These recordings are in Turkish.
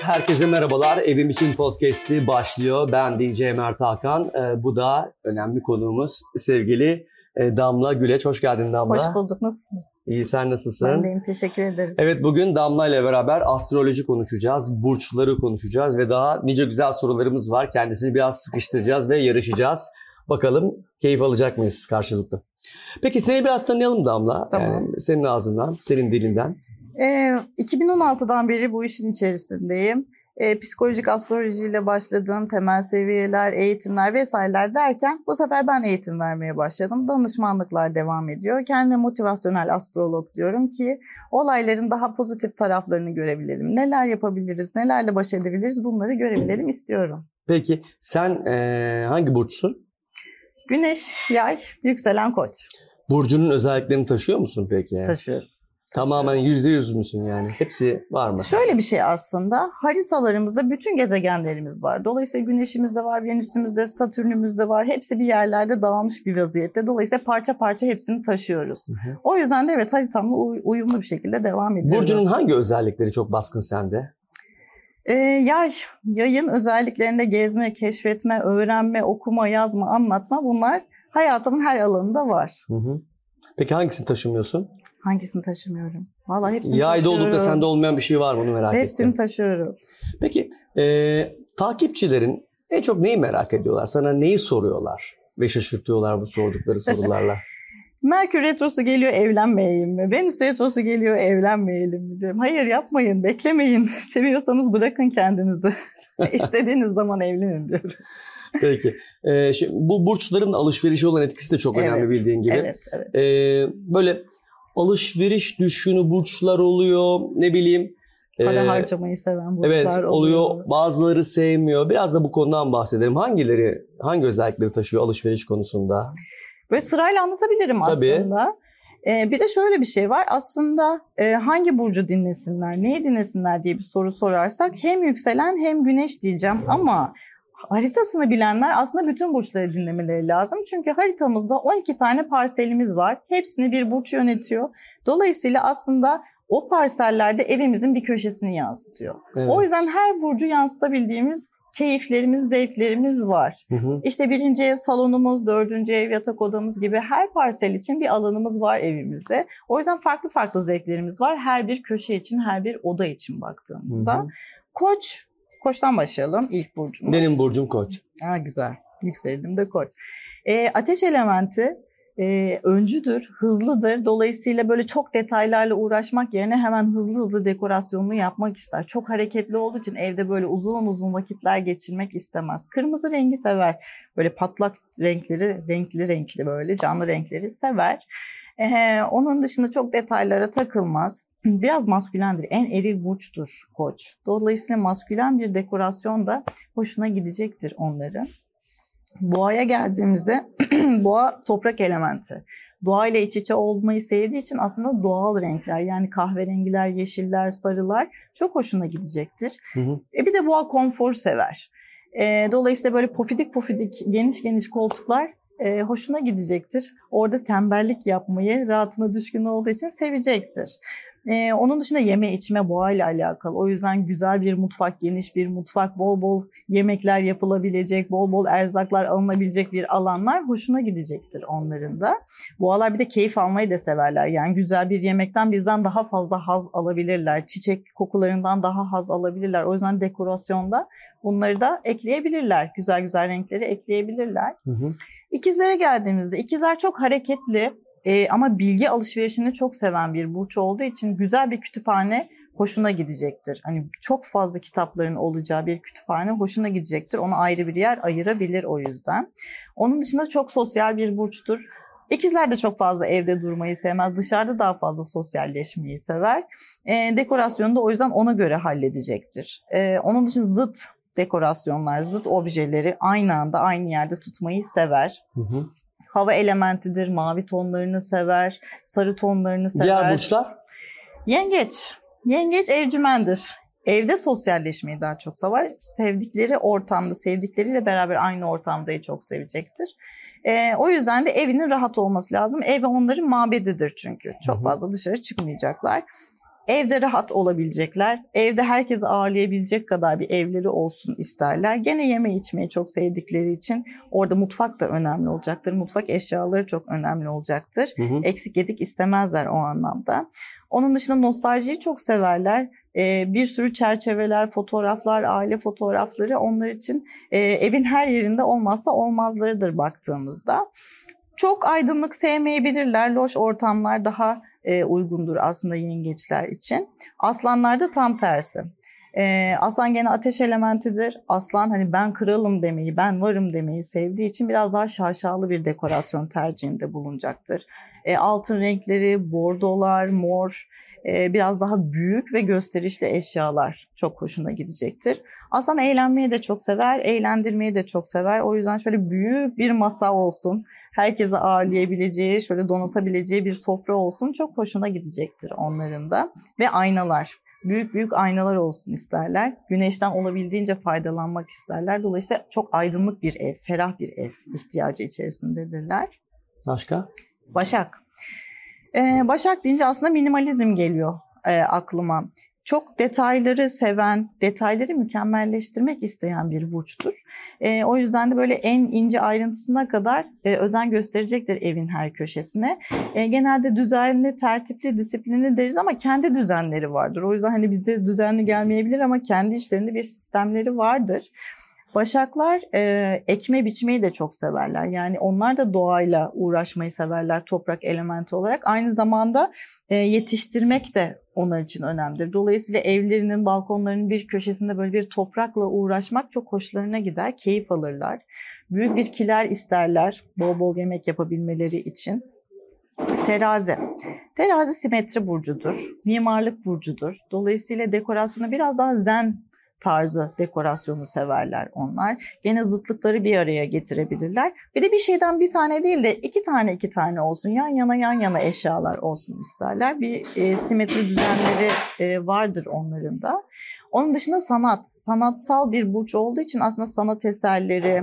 herkese merhabalar. Evim için podcast'i başlıyor. Ben DJ Mert Hakan. Bu da önemli konuğumuz sevgili Damla Güleç. Hoş geldin Damla. Hoş bulduk. Nasılsın? İyi, sen nasılsın? Ben deyim, teşekkür ederim. Evet, bugün Damla ile beraber astroloji konuşacağız, burçları konuşacağız ve daha nice güzel sorularımız var. Kendisini biraz sıkıştıracağız ve yarışacağız. Bakalım keyif alacak mıyız karşılıklı? Peki seni biraz tanıyalım Damla. Tamam. Yani senin ağzından, senin dilinden. 2016'dan beri bu işin içerisindeyim. Psikolojik astrolojiyle başladığım temel seviyeler, eğitimler vesaireler derken bu sefer ben eğitim vermeye başladım. Danışmanlıklar devam ediyor. Kendime motivasyonel astrolog diyorum ki olayların daha pozitif taraflarını görebilelim. Neler yapabiliriz, nelerle baş edebiliriz bunları görebilelim istiyorum. Peki sen hangi burçsun? Güneş, yay, yükselen koç. Burcunun özelliklerini taşıyor musun peki? Taşıyorum. Tamamen %100 müsün yani? Hepsi var mı? Şöyle bir şey aslında, haritalarımızda bütün gezegenlerimiz var. Dolayısıyla Güneşimiz de var, Venüs'ümüz de, Satürn'ümüz de var. Hepsi bir yerlerde dağılmış bir vaziyette. Dolayısıyla parça parça hepsini taşıyoruz. Hı hı. O yüzden de evet haritamla uyumlu bir şekilde devam ediyorum. Burcunun hangi özellikleri çok baskın sende? Yayın özelliklerinde gezme, keşfetme, öğrenme, okuma, yazma, anlatma bunlar hayatımın her alanında var. Hı hı. Peki hangisini taşımıyorsun? Hangisini taşımıyorum? Vallahi hepsini taşıyorum. Yayda olup da sende olmayan bir şey var mı onu merak ettim. Hepsini taşıyorum. Peki takipçilerin en çok neyi merak ediyorlar? Sana neyi soruyorlar ve şaşırtıyorlar bu sordukları sorularla? Merkür Retrosu geliyor, evlenmeyeyim mi? Venüs Retrosu geliyor, evlenmeyelim mi diyorum. Hayır, yapmayın, beklemeyin. Seviyorsanız bırakın kendinizi. İstediğiniz zaman evlenin diyorum. Peki. Şimdi bu burçların alışverişe olan etkisi de çok önemli bildiğin gibi. Evet. Böyle alışveriş düşkünü burçlar oluyor, ne bileyim. Para harcamayı seven burçlar oluyor. Bazıları sevmiyor. Biraz da bu konudan bahsedelim. Hangi özellikleri taşıyor alışveriş konusunda? Böyle sırayla anlatabilirim aslında. Bir de şöyle bir şey var. Aslında hangi burcu dinlesinler, neyi dinlesinler diye bir soru sorarsak hem yükselen hem güneş diyeceğim ama haritasını bilenler aslında bütün burçları dinlemeleri lazım. Çünkü haritamızda 12 tane parselimiz var. Hepsini bir burç yönetiyor. Dolayısıyla aslında o parsellerde evimizin bir köşesini yansıtıyor. Evet. O yüzden her burcu yansıtabildiğimiz keyiflerimiz, zevklerimiz var. Hı. İşte 1. ev salonumuz, 4. ev yatak odamız gibi her parsel için bir alanımız var evimizde. O yüzden farklı farklı zevklerimiz var. Her bir köşe için, her bir oda için baktığımızda. Hı. Koç'tan başlayalım ilk burcumuz. Benim burcum Koç. Güzel. Yükselelim de Koç. Ateş elementi öncüdür, hızlıdır. Dolayısıyla böyle çok detaylarla uğraşmak yerine hemen hızlı dekorasyonunu yapmak ister. Çok hareketli olduğu için evde böyle uzun vakitler geçirmek istemez. Kırmızı rengi sever. Böyle patlak renkleri, renkli böyle canlı renkleri sever. Onun dışında çok detaylara takılmaz. Biraz maskülendir. En eril burçtur Koç. Dolayısıyla maskülen bir dekorasyon da hoşuna gidecektir onların. Boğa'ya geldiğimizde boğa toprak elementi. Doğayla iç içe olmayı sevdiği için aslında doğal renkler yani kahverengiler, yeşiller, sarılar çok hoşuna gidecektir. Hı. Bir de boğa konfor sever. Dolayısıyla böyle pofidik geniş koltuklar hoşuna gidecektir. Orada tembellik yapmayı rahatına düşkün olduğu için sevecektir. Onun dışında yeme içme boğayla alakalı. O yüzden güzel bir mutfak, geniş bir mutfak, bol yemekler yapılabilecek, bol erzaklar alınabilecek bir alanlar hoşuna gidecektir onların da. Boğalar bir de keyif almayı da severler. Yani güzel bir yemekten bizden daha fazla haz alabilirler. Çiçek kokularından daha haz alabilirler. O yüzden dekorasyonda bunları da ekleyebilirler. Güzel renkleri ekleyebilirler. Hı. İkizlere geldiğimizde ikizler çok hareketli. Ama bilgi alışverişini çok seven bir burç olduğu için güzel bir kütüphane hoşuna gidecektir. Hani çok fazla kitapların olacağı bir kütüphane hoşuna gidecektir. Ona ayrı bir yer ayırabilir o yüzden. Onun dışında çok sosyal bir burçtur. İkizler de çok fazla evde durmayı sevmez. Dışarıda daha fazla sosyalleşmeyi sever. Dekorasyonu da o yüzden ona göre halledecektir. Onun dışında zıt dekorasyonlar, zıt objeleri aynı anda aynı yerde tutmayı sever. Hı. Hava elementidir, mavi tonlarını sever, sarı tonlarını sever. Diğer burçlar? Yengeç evcimendir. Evde sosyalleşmeyi daha çok sever. Sevdikleri ortamda, sevdikleriyle beraber aynı ortamdayı çok sevecektir. O yüzden de evinin rahat olması lazım. Ev onların mabedidir çünkü. Çok fazla dışarı çıkmayacaklar. Evde rahat olabilecekler. Evde herkesi ağırlayabilecek kadar bir evleri olsun isterler. Gene yeme içmeyi çok sevdikleri için orada mutfak da önemli olacaktır. Mutfak eşyaları çok önemli olacaktır. Hı hı. Eksik yedik istemezler o anlamda. Onun dışında nostaljiyi çok severler. Bir sürü çerçeveler, fotoğraflar, aile fotoğrafları onlar için evin her yerinde olmazsa olmazlarıdır baktığımızda. Çok aydınlık sevmeyebilirler. Loş ortamlar daha uygundur aslında yengeçler için. Aslanlar da tam tersi. Aslan gene ateş elementidir. Aslan hani ben kralım demeyi, ben varım demeyi sevdiği için biraz daha şaşalı bir dekorasyon tercihinde bulunacaktır. Altın renkleri, bordolar, mor, biraz daha büyük ve gösterişli eşyalar çok hoşuna gidecektir. Aslan eğlenmeyi de çok sever, eğlendirmeyi de çok sever. O yüzden şöyle büyük bir masa olsun, herkese ağırlayabileceği, şöyle donatabileceği bir sofra olsun çok hoşuna gidecektir onların da. Ve aynalar. Büyük büyük aynalar olsun isterler. Güneşten olabildiğince faydalanmak isterler. Dolayısıyla çok aydınlık bir ev, ferah bir ev ihtiyacı içerisindedirler. Başka? Başak. Başak deyince aslında minimalizm geliyor aklıma. Çok detayları seven, detayları mükemmelleştirmek isteyen bir burçtur. O yüzden de böyle en ince ayrıntısına kadar özen gösterecektir evin her köşesine. Genelde düzenli, tertipli, disiplinli deriz ama kendi düzenleri vardır. O yüzden hani bizde düzenli gelmeyebilir ama kendi işlerinde bir sistemleri vardır. Başaklar ekme biçmeyi de çok severler. Yani onlar da doğayla uğraşmayı severler toprak elementi olarak. Aynı zamanda yetiştirmek de onlar için önemlidir. Dolayısıyla evlerinin, balkonlarının bir köşesinde böyle bir toprakla uğraşmak çok hoşlarına gider, keyif alırlar. Büyük bir kiler isterler, bol bol yemek yapabilmeleri için. Terazi. Terazi simetri burcudur, mimarlık burcudur. Dolayısıyla dekorasyonu biraz daha zen tarzı dekorasyonu severler onlar. Gene zıtlıkları bir araya getirebilirler. Bir de bir şeyden bir tane değil de iki tane olsun. Yan yana eşyalar olsun isterler. Bir simetri düzenleri vardır onların da. Onun dışında sanatsal bir burç olduğu için aslında sanat eserleri,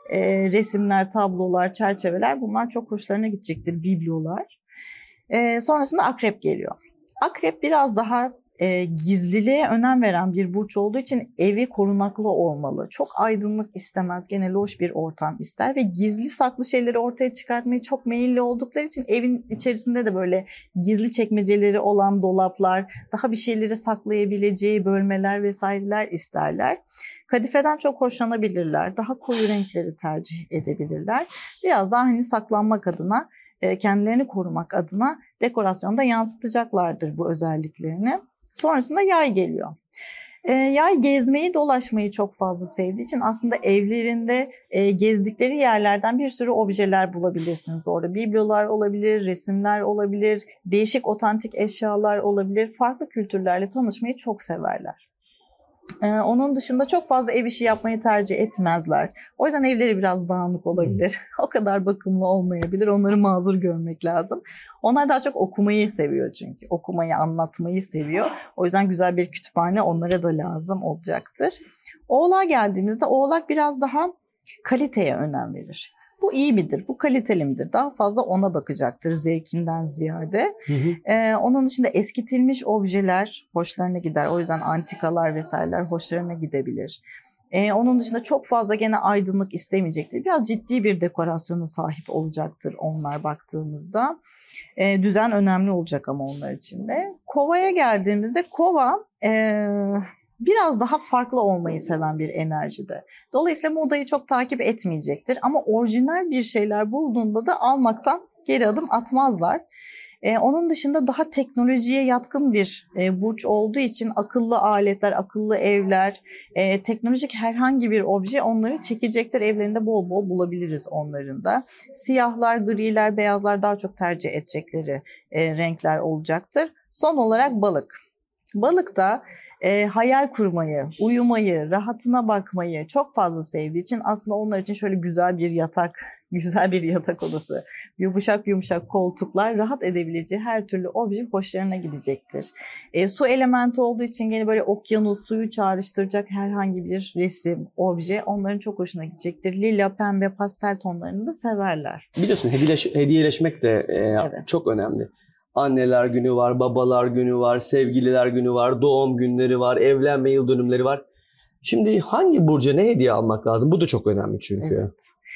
resimler, tablolar, çerçeveler bunlar çok hoşlarına gidecektir. Biblolar. Sonrasında akrep geliyor. Akrep biraz daha gizliliğe önem veren bir burç olduğu için evi korunaklı olmalı. Çok aydınlık istemez. Gene loş bir ortam ister ve gizli saklı şeyleri ortaya çıkartmaya çok meyilli oldukları için evin içerisinde de böyle gizli çekmeceleri olan dolaplar, daha bir şeyleri saklayabileceği bölmeler vesaireler isterler. Kadifeden çok hoşlanabilirler. Daha koyu renkleri tercih edebilirler. Biraz daha hani saklanmak adına, kendilerini korumak adına dekorasyonda yansıtacaklardır bu özelliklerini. Sonrasında yay geliyor. Yay gezmeyi, dolaşmayı çok fazla sevdiği için aslında evlerinde gezdikleri yerlerden bir sürü objeler bulabilirsiniz orada. Biblolar olabilir, resimler olabilir, değişik otantik eşyalar olabilir. Farklı kültürlerle tanışmayı çok severler. Onun dışında çok fazla ev işi yapmayı tercih etmezler. O yüzden evleri biraz dağınık olabilir. O kadar bakımlı olmayabilir. Onları mazur görmek lazım. Onlar daha çok okumayı seviyor çünkü. Okumayı, anlatmayı seviyor. O yüzden güzel bir kütüphane onlara da lazım olacaktır. Oğlağa geldiğimizde Oğlak biraz daha kaliteye önem verir. Bu iyi midir? Bu kaliteli midir? Daha fazla ona bakacaktır zevkinden ziyade. Onun dışında eskitilmiş objeler hoşlarına gider. O yüzden antikalar vesaireler hoşlarına gidebilir. Onun dışında çok fazla gene aydınlık istemeyecektir. Biraz ciddi bir dekorasyona sahip olacaktır onlar baktığımızda. Düzen önemli olacak ama onlar için de. Kova'ya geldiğimizde Kova biraz daha farklı olmayı seven bir enerjide. Dolayısıyla modayı çok takip etmeyecektir ama orijinal bir şeyler bulduğunda da almaktan geri adım atmazlar. Onun dışında daha teknolojiye yatkın bir burç olduğu için akıllı aletler, akıllı evler, teknolojik herhangi bir obje onları çekecektir. Evlerinde bol bol bulabiliriz onların da. Siyahlar, griler, beyazlar daha çok tercih edecekleri renkler olacaktır. Son olarak balık. Balık da hayal kurmayı, uyumayı, rahatına bakmayı çok fazla sevdiği için aslında onlar için şöyle güzel bir yatak odası, yumuşak koltuklar, rahat edebileceği her türlü obje hoşlarına gidecektir. Su elementi olduğu için gene böyle okyanus, suyu çağrıştıracak herhangi bir resim, obje onların çok hoşuna gidecektir. Lila, pembe, pastel tonlarını da severler. Biliyorsun hediyeleşmek de Evet. çok önemli. Anneler günü var, babalar günü var, sevgililer günü var, doğum günleri var, evlenme yıl dönümleri var. Şimdi hangi burca ne hediye almak lazım? Bu da çok önemli çünkü. Evet.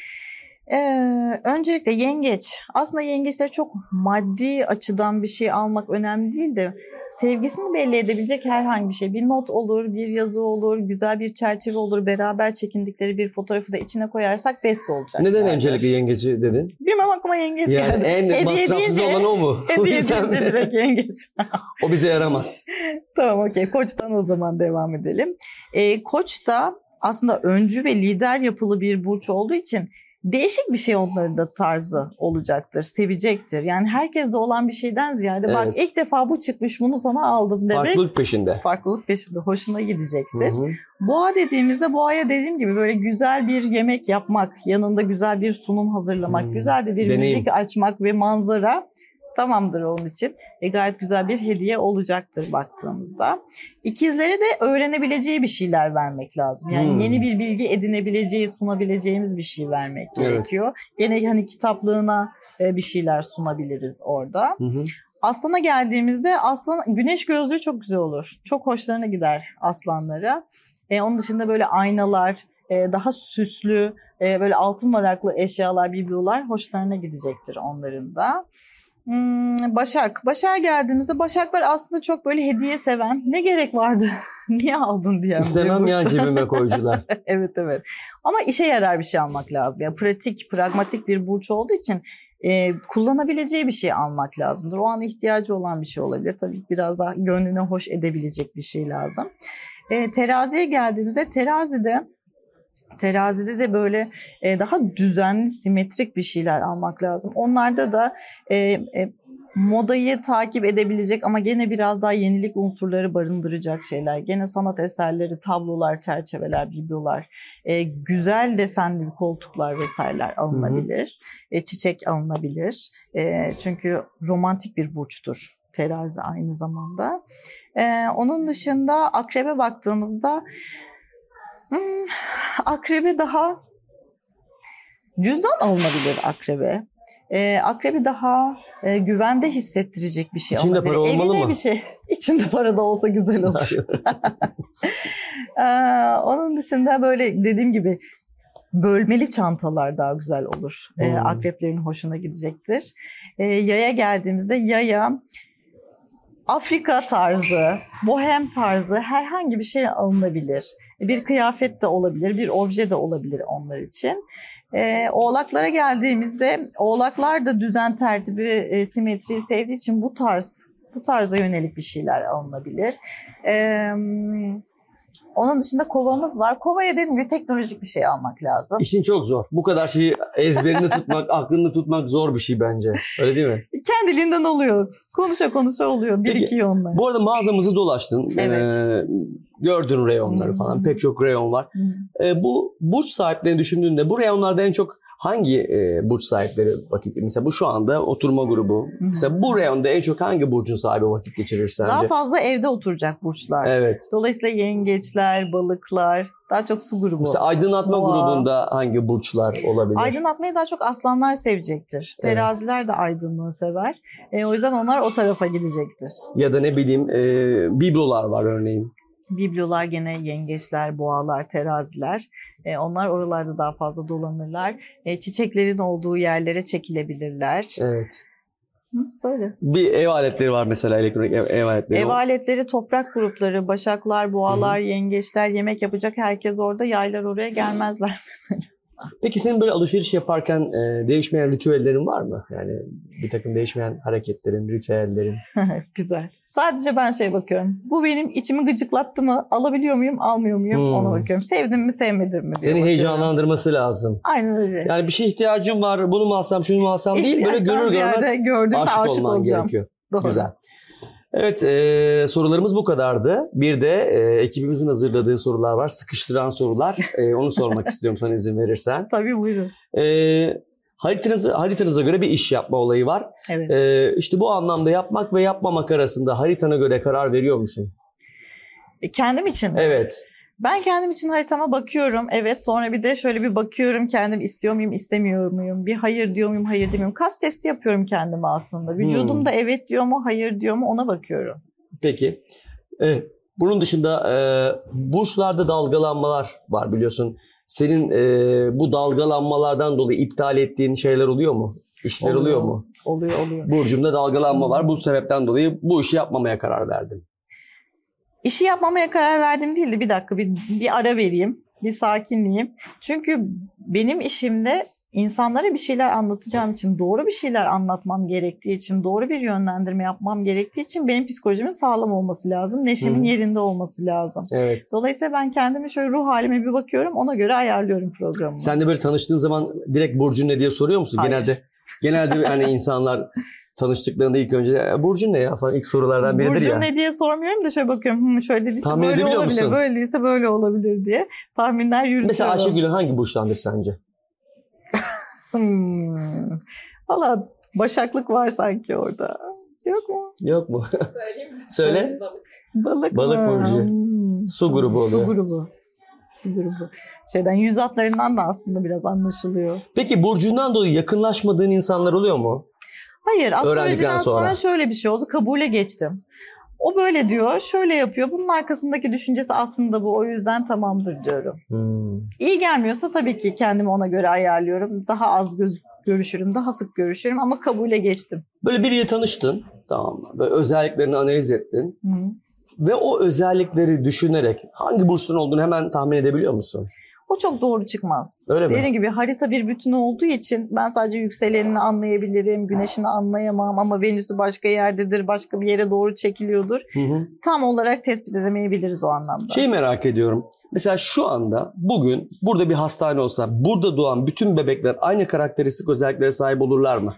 Öncelikle yengeç. Aslında yengeçlere çok maddi açıdan bir şey almak önemli değil de sevgisini belli edebilecek herhangi bir şey. Bir not olur, bir yazı olur, güzel bir çerçeve olur. Beraber çekindikleri bir fotoğrafı da içine koyarsak best olacak. Neden öncelikle yengeci dedin? Bilmem, aklıma yengeç Yani geldi. en masrafsız olan o mu? O Hediye yüzden deyince direkt yengeç. o bize yaramaz. Tamam, okey. Koç'tan o zaman devam edelim. Koç da aslında öncü ve lider yapılı bir burç olduğu için değişik bir şey onların da tarzı olacaktır, sevecektir. Yani herkeste olan bir şeyden ziyade bak Evet. ilk defa bu çıkmış, bunu sana aldım demek. Farklılık peşinde. Farklılık peşinde, hoşuna gidecektir. Hı hı. Boğa dediğimizde boğaya dediğim gibi böyle güzel bir yemek yapmak, yanında güzel bir sunum hazırlamak, güzel de bir Deneyim. müzik açmak ve manzara tamamdır onun için. Gayet güzel bir hediye olacaktır baktığımızda. İkizlere de öğrenebileceği bir şeyler vermek lazım. Yani yeni bir bilgi edinebileceği, sunabileceğimiz bir şey vermek gerekiyor. Gene hani kitaplığına bir şeyler sunabiliriz orada. Hı hı. Aslana geldiğimizde aslan güneş gözlüğü çok güzel olur. Çok hoşlarına gider aslanlara. Onun dışında böyle aynalar, daha süslü, böyle altın varaklı eşyalar, biblolar hoşlarına gidecektir onların da. Başak. Başak'a geldiğimizde Başaklar aslında çok böyle hediye seven. Ne gerek vardı? Niye aldın diyen. İstemem ya cebime koycular. Evet. Ama işe yarar bir şey almak lazım. Yani pratik, pragmatik bir burç olduğu için kullanabileceği bir şey almak lazımdır. O an ihtiyacı olan bir şey olabilir. Tabii biraz daha gönlüne hoş edebilecek bir şey lazım. Teraziye geldiğimizde Terazide de böyle daha düzenli, simetrik bir şeyler almak lazım. Onlarda da modayı takip edebilecek ama gene biraz daha yenilik unsurları barındıracak şeyler. Gene sanat eserleri, tablolar, çerçeveler, biblolar, güzel desenli koltuklar vesaireler alınabilir. Çiçek alınabilir. Çünkü romantik bir burçtur terazi aynı zamanda. Onun dışında akrebe baktığımızda akrebe daha cüzdan alınabilir akrebe. Akrebi daha güvende hissettirecek bir şey İçinde alınabilir. para olmalı Evine mı? bir şey. İçinde para da olsa güzel olur. Onun dışında böyle dediğim gibi bölmeli çantalar daha güzel olur. Akreplerin hoşuna gidecektir. Yaya geldiğimizde yaya Afrika tarzı, bohem tarzı herhangi bir şey alınabilir. Bir kıyafet de olabilir, bir obje de olabilir onlar için. Oğlaklara geldiğimizde oğlaklar da düzen, tertibi, simetriyi sevdiği için bu tarza yönelik bir şeyler alınabilir. Onun dışında kovamız var. Kovaya dediğim gibi teknolojik bir şey almak lazım. İşin çok zor. Bu kadar şeyi ezberinde tutmak, aklında tutmak zor bir şey bence. Öyle değil mi? Kendiliğinden oluyor. Konuşa oluyor. Birikiyor onlar. Bu arada mağazamızı dolaştın. Evet. Gördün reyonları falan. Pek çok reyon var. Bu burç sahiplerini düşündüğünde bu reyonlarda en çok hangi burç sahipleri vakit? Mesela bu şu anda oturma grubu. Mesela bu reyonda en çok hangi burcun sahibi vakit geçirir sence? Daha fazla evde oturacak burçlar. Evet. Dolayısıyla yengeçler, balıklar, daha çok su grubu. Mesela aydınlatma grubunda hangi burçlar olabilir? Aydınlatmayı daha çok aslanlar sevecektir. Teraziler de aydınlığı sever. O yüzden onlar o tarafa gidecektir. Ya da ne bileyim biblolar var örneğin. Biblolar gene yengeçler, boğalar, teraziler. Onlar oralarda daha fazla dolanırlar. Çiçeklerin olduğu yerlere çekilebilirler. Evet. Böyle. Bir ev aletleri var mesela, elektronik ev aletleri. Ev aletleri, toprak grupları, başaklar, boğalar, yengeçler, yemek yapacak herkes orada. Yaylar oraya gelmezler mesela. Peki senin böyle alışveriş yaparken değişmeyen ritüellerin var mı? Yani bir takım değişmeyen hareketlerin, ritüellerin. Güzel. Sadece ben bakıyorum. Bu benim içimi gıcıklattı mı? Alabiliyor muyum, almıyor muyum? Ona bakıyorum. Sevdim mi, sevmedim mi? Seni heyecanlandırması lazım. Aynen öyle. Yani bir şeye ihtiyacım var, bunu mu alsam, şunu mu alsam değil. Böyle görür görmez aşık olman gerekiyor. Doğru. Güzel. Evet, sorularımız bu kadardı. Bir de ekibimizin hazırladığı sorular var. Sıkıştıran sorular. Onu sormak istiyorum sana izin verirsen. Tabii, buyurun. Haritanıza göre bir iş yapma olayı var. Evet. İşte bu anlamda yapmak ve yapmamak arasında haritana göre karar veriyor musun? Kendim için mi? Evet. Ben kendim için haritama bakıyorum. Evet, sonra bir de şöyle bir bakıyorum, kendim istiyor muyum, istemiyor muyum? Bir hayır diyor muyum, hayır demiyorum. Kas testi yapıyorum kendime aslında. Vücudum da evet diyor mu, hayır diyor mu, ona bakıyorum. Peki. Evet. Bunun dışında burçlarda dalgalanmalar var biliyorsun. Senin bu dalgalanmalardan dolayı iptal ettiğin şeyler oluyor mu? İşler oluyor mu? Oluyor. Burcumda dalgalanma var. Bu sebepten dolayı bu işi yapmamaya karar verdim. İşi yapmamaya karar verdim değil de bir dakika bir ara vereyim. Bir sakinleyeyim. Çünkü benim işimde insanlara bir şeyler anlatacağım için, doğru bir şeyler anlatmam gerektiği için, doğru bir yönlendirme yapmam gerektiği için benim psikolojimin sağlam olması lazım. Neşemin yerinde olması lazım. Evet. Dolayısıyla ben kendime şöyle ruh halime bir bakıyorum. Ona göre ayarlıyorum programımı. Sen de böyle tanıştığın zaman direkt burcun ne diye soruyor musun? Hayır. Genelde hani insanlar tanıştıklarında ilk önce burcun ne ya falan ilk sorulardan biridir ya. Burcun ne diye sormuyorum da şöyle bakıyorum. Şöyle dediyse Tahmin böyle edebiliyor olabilir, musun? böyle değilse böyle olabilir diye tahminler yürütüyorum. Mesela Ayşegül hangi burçtandır sence? Valla başaklık var sanki orada. Yok mu? Yok mu? Söyleyeyim mi? Söyle. Balık Balık mı? burcu. Su grubu oluyor. Su grubu. Yüz hatlarından da aslında biraz anlaşılıyor. Peki burcundan dolayı yakınlaşmadığın insanlar oluyor mu? Hayır, Öğrendikten astrolojiden sonra. sonra şöyle bir şey oldu. Kabule geçtim. O böyle diyor, şöyle yapıyor. Bunun arkasındaki düşüncesi aslında bu. O yüzden tamamdır diyorum. İyi gelmiyorsa tabii ki kendimi ona göre ayarlıyorum. Daha az görüşürüm, daha sık görüşürüm ama kabule geçtim. Böyle biriyle tanıştın. Tamam mı? Böyle özelliklerini analiz ettin. Hı. Ve o özellikleri düşünerek hangi burçtan olduğunu hemen tahmin edebiliyor musun? O çok doğru çıkmaz. Öyle mi? Dediğim gibi harita bir bütün olduğu için ben sadece yükselenini anlayabilirim, güneşini anlayamam ama Venüs'ü başka yerdedir, başka bir yere doğru çekiliyordur. Hı. Tam olarak tespit edemeyebiliriz o anlamda. Şeyi merak ediyorum. Mesela şu anda bugün burada bir hastane olsa burada doğan bütün bebekler aynı karakteristik özelliklere sahip olurlar mı?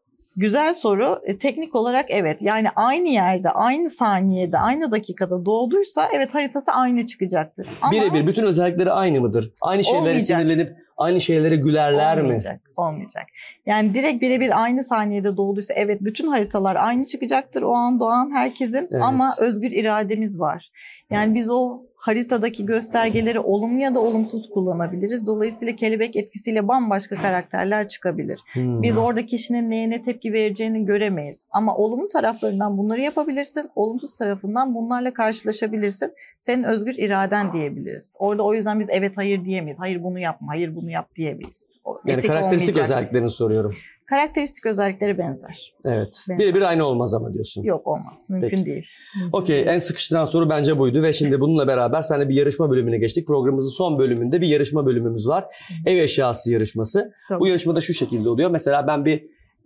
Güzel soru. Teknik olarak evet. Yani aynı yerde, aynı saniyede, aynı dakikada doğduysa evet haritası aynı çıkacaktır. Ama Birebir bütün özellikleri aynı mıdır? Aynı şeylere Olmayacak. sinirlenip aynı şeylere gülerler mi? Olmayacak. Yani direkt birebir aynı saniyede doğduysa evet bütün haritalar aynı çıkacaktır o an doğan herkesin Evet. ama özgür irademiz var. Yani biz o haritadaki göstergeleri olumlu ya da olumsuz kullanabiliriz. Dolayısıyla kelebek etkisiyle bambaşka karakterler çıkabilir. Biz orada kişinin neye ne tepki vereceğini göremeyiz. Ama olumlu taraflarından bunları yapabilirsin. Olumsuz tarafından bunlarla karşılaşabilirsin. Senin özgür iraden diyebiliriz. Orada o yüzden biz evet hayır diyemeyiz. Hayır bunu yapma, hayır bunu yap diyemeyiz. Yani Etik karakteristik olmayacak. özelliklerini soruyorum. Karakteristik özellikleri benzer. Evet. Benzer. Birebir aynı olmaz ama diyorsun. Yok olmaz. Mümkün Peki. değil. Okey, en sıkıştıran soru bence buydu ve şimdi bununla beraber seninle bir yarışma bölümüne geçtik. Programımızın son bölümünde bir yarışma bölümümüz var. Ev eşyası yarışması. Tamam. Bu yarışmada şu şekilde oluyor. Mesela ben bir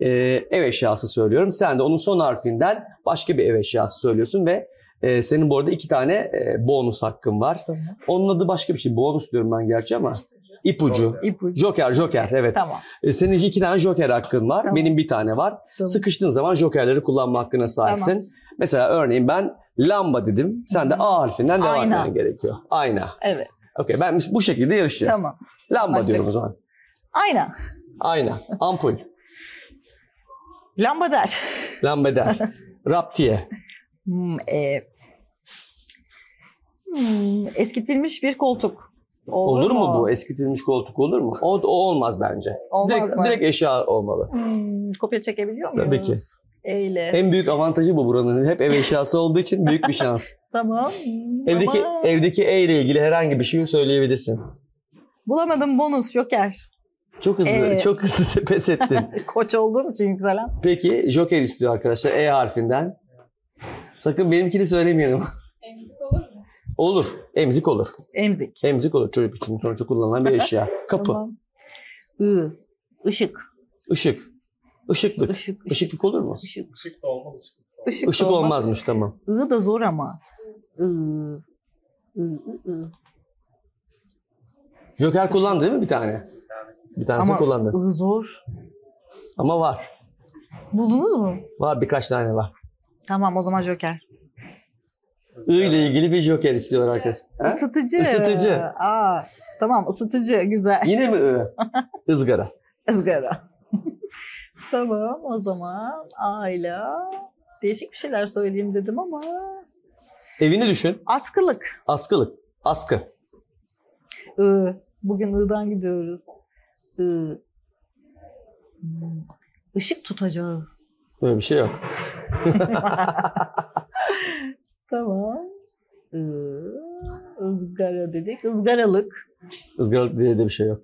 ev eşyası söylüyorum. Sen de onun son harfinden başka bir ev eşyası söylüyorsun ve senin bu arada 2 tane bonus hakkın var. Tamam. Onun adı başka bir şey. Bonus diyorum ben gerçi ama. İpucu. İpucu. Joker evet. Tamam. Senin 2 tane joker hakkın var. Tamam. Benim bir tane var. Tamam. Sıkıştığın zaman jokerleri kullanma hakkına sahipsin. Tamam. Mesela örneğin ben lamba dedim. Sen de A harfinden devam Ayna. etmen gerekiyor. Ayna. Evet. Okey, ben bu şekilde yarışacağız. Tamam. Lamba Başlayalım. diyorum o zaman. Aynen. Ayna. Ampul. Lambader. Lambader. Raptiye. Eskitilmiş bir koltuk. Olur mu bu? Eskitilmiş koltuk olur mu? O olmaz bence. Olmaz mı? Direkt eşya olmalı. Kopya çekebiliyor muyuz? Tabii ki. Eyle. En büyük avantajı bu buranın. Hep ev eşyası olduğu için büyük bir şans. Tamam. Evdeki E ile ilgili herhangi bir şey söyleyebilirsin. Bulamadım, bonus joker. Çok hızlı pes ettin. Koç olduğum için yükselen. Peki joker istiyor arkadaşlar E harfinden. Sakın benimkini söylemeyelim. Emzik olur mu? Olur. Emzik olur. Emzik. Emzik olur. Çocuk için sonuçta kullanılan bir eşya. Kapı. Tamam. Işık. Işık. Işıklık. Işık. Işıklık olur mu? Işık. Işık da olmaz. Işık olmazmış, tamam. Da zor ama. Joker kullandı değil mi bir tane? Bir tanesi Ama kullandı. zor. Ama var. Buldunuz mu? Var, birkaç tane var. Tamam, o zaman joker. I ile ilgili bir joker istiyor arkadaş. Ha? Isıtıcı. Isıtıcı. Tamam, ısıtıcı. Güzel. Yine mi I? Izgara. Izgara. Tamam, o zaman Ayla. Değişik bir şeyler söyleyeyim dedim ama. Evini düşün. Askılık. Askılık. Askı. Bugün I'dan gidiyoruz. Işık tutacağı. Böyle bir şey yok. Tamam. Izgara dedik. Izgaralık. Izgaralık diye de bir şey yok.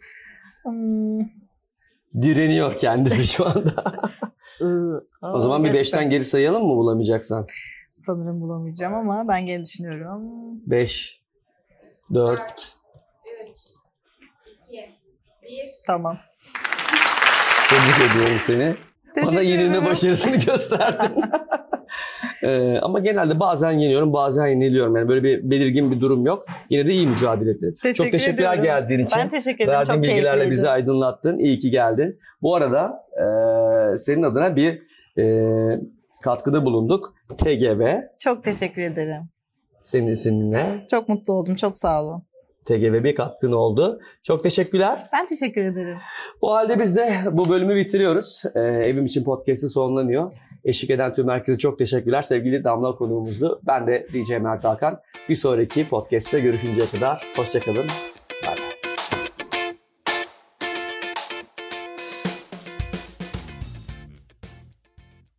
Direniyor kendisi şu anda. O zaman bir 5'ten geri sayalım mı bulamayacaksan? Sanırım bulamayacağım ama ben gene düşünüyorum. 5, 4. 3, 2, 1. Tamam. Tebrik ediyorum seni. Teşekkür Bana yenilme ederim. başarısını gösterdin. Ama genelde bazen yeniyorum, bazen yeniliyorum. Yani böyle bir belirgin bir durum yok. Yine de iyi mücadele ettin. Çok teşekkürler ediyorum. geldiğin için. Ben teşekkür ederim. Verdiğin Çok bilgilerle keyifliydi. bizi aydınlattın. İyi ki geldin. Bu arada senin adına bir katkıda bulunduk. TGV Çok teşekkür ederim. senin seninle. Çok mutlu oldum. Çok sağ olun. TGV bir katkın oldu. Çok teşekkürler. Ben teşekkür ederim. O halde biz de bu bölümü bitiriyoruz. Evim için podcast'ı sonlanıyor. Eşlik eden tüm herkese çok teşekkürler. Sevgili Damla konuğumuzdu. Ben de DJ Mert Hakan. Bir sonraki podcast'te görüşünceye kadar hoşça kalın.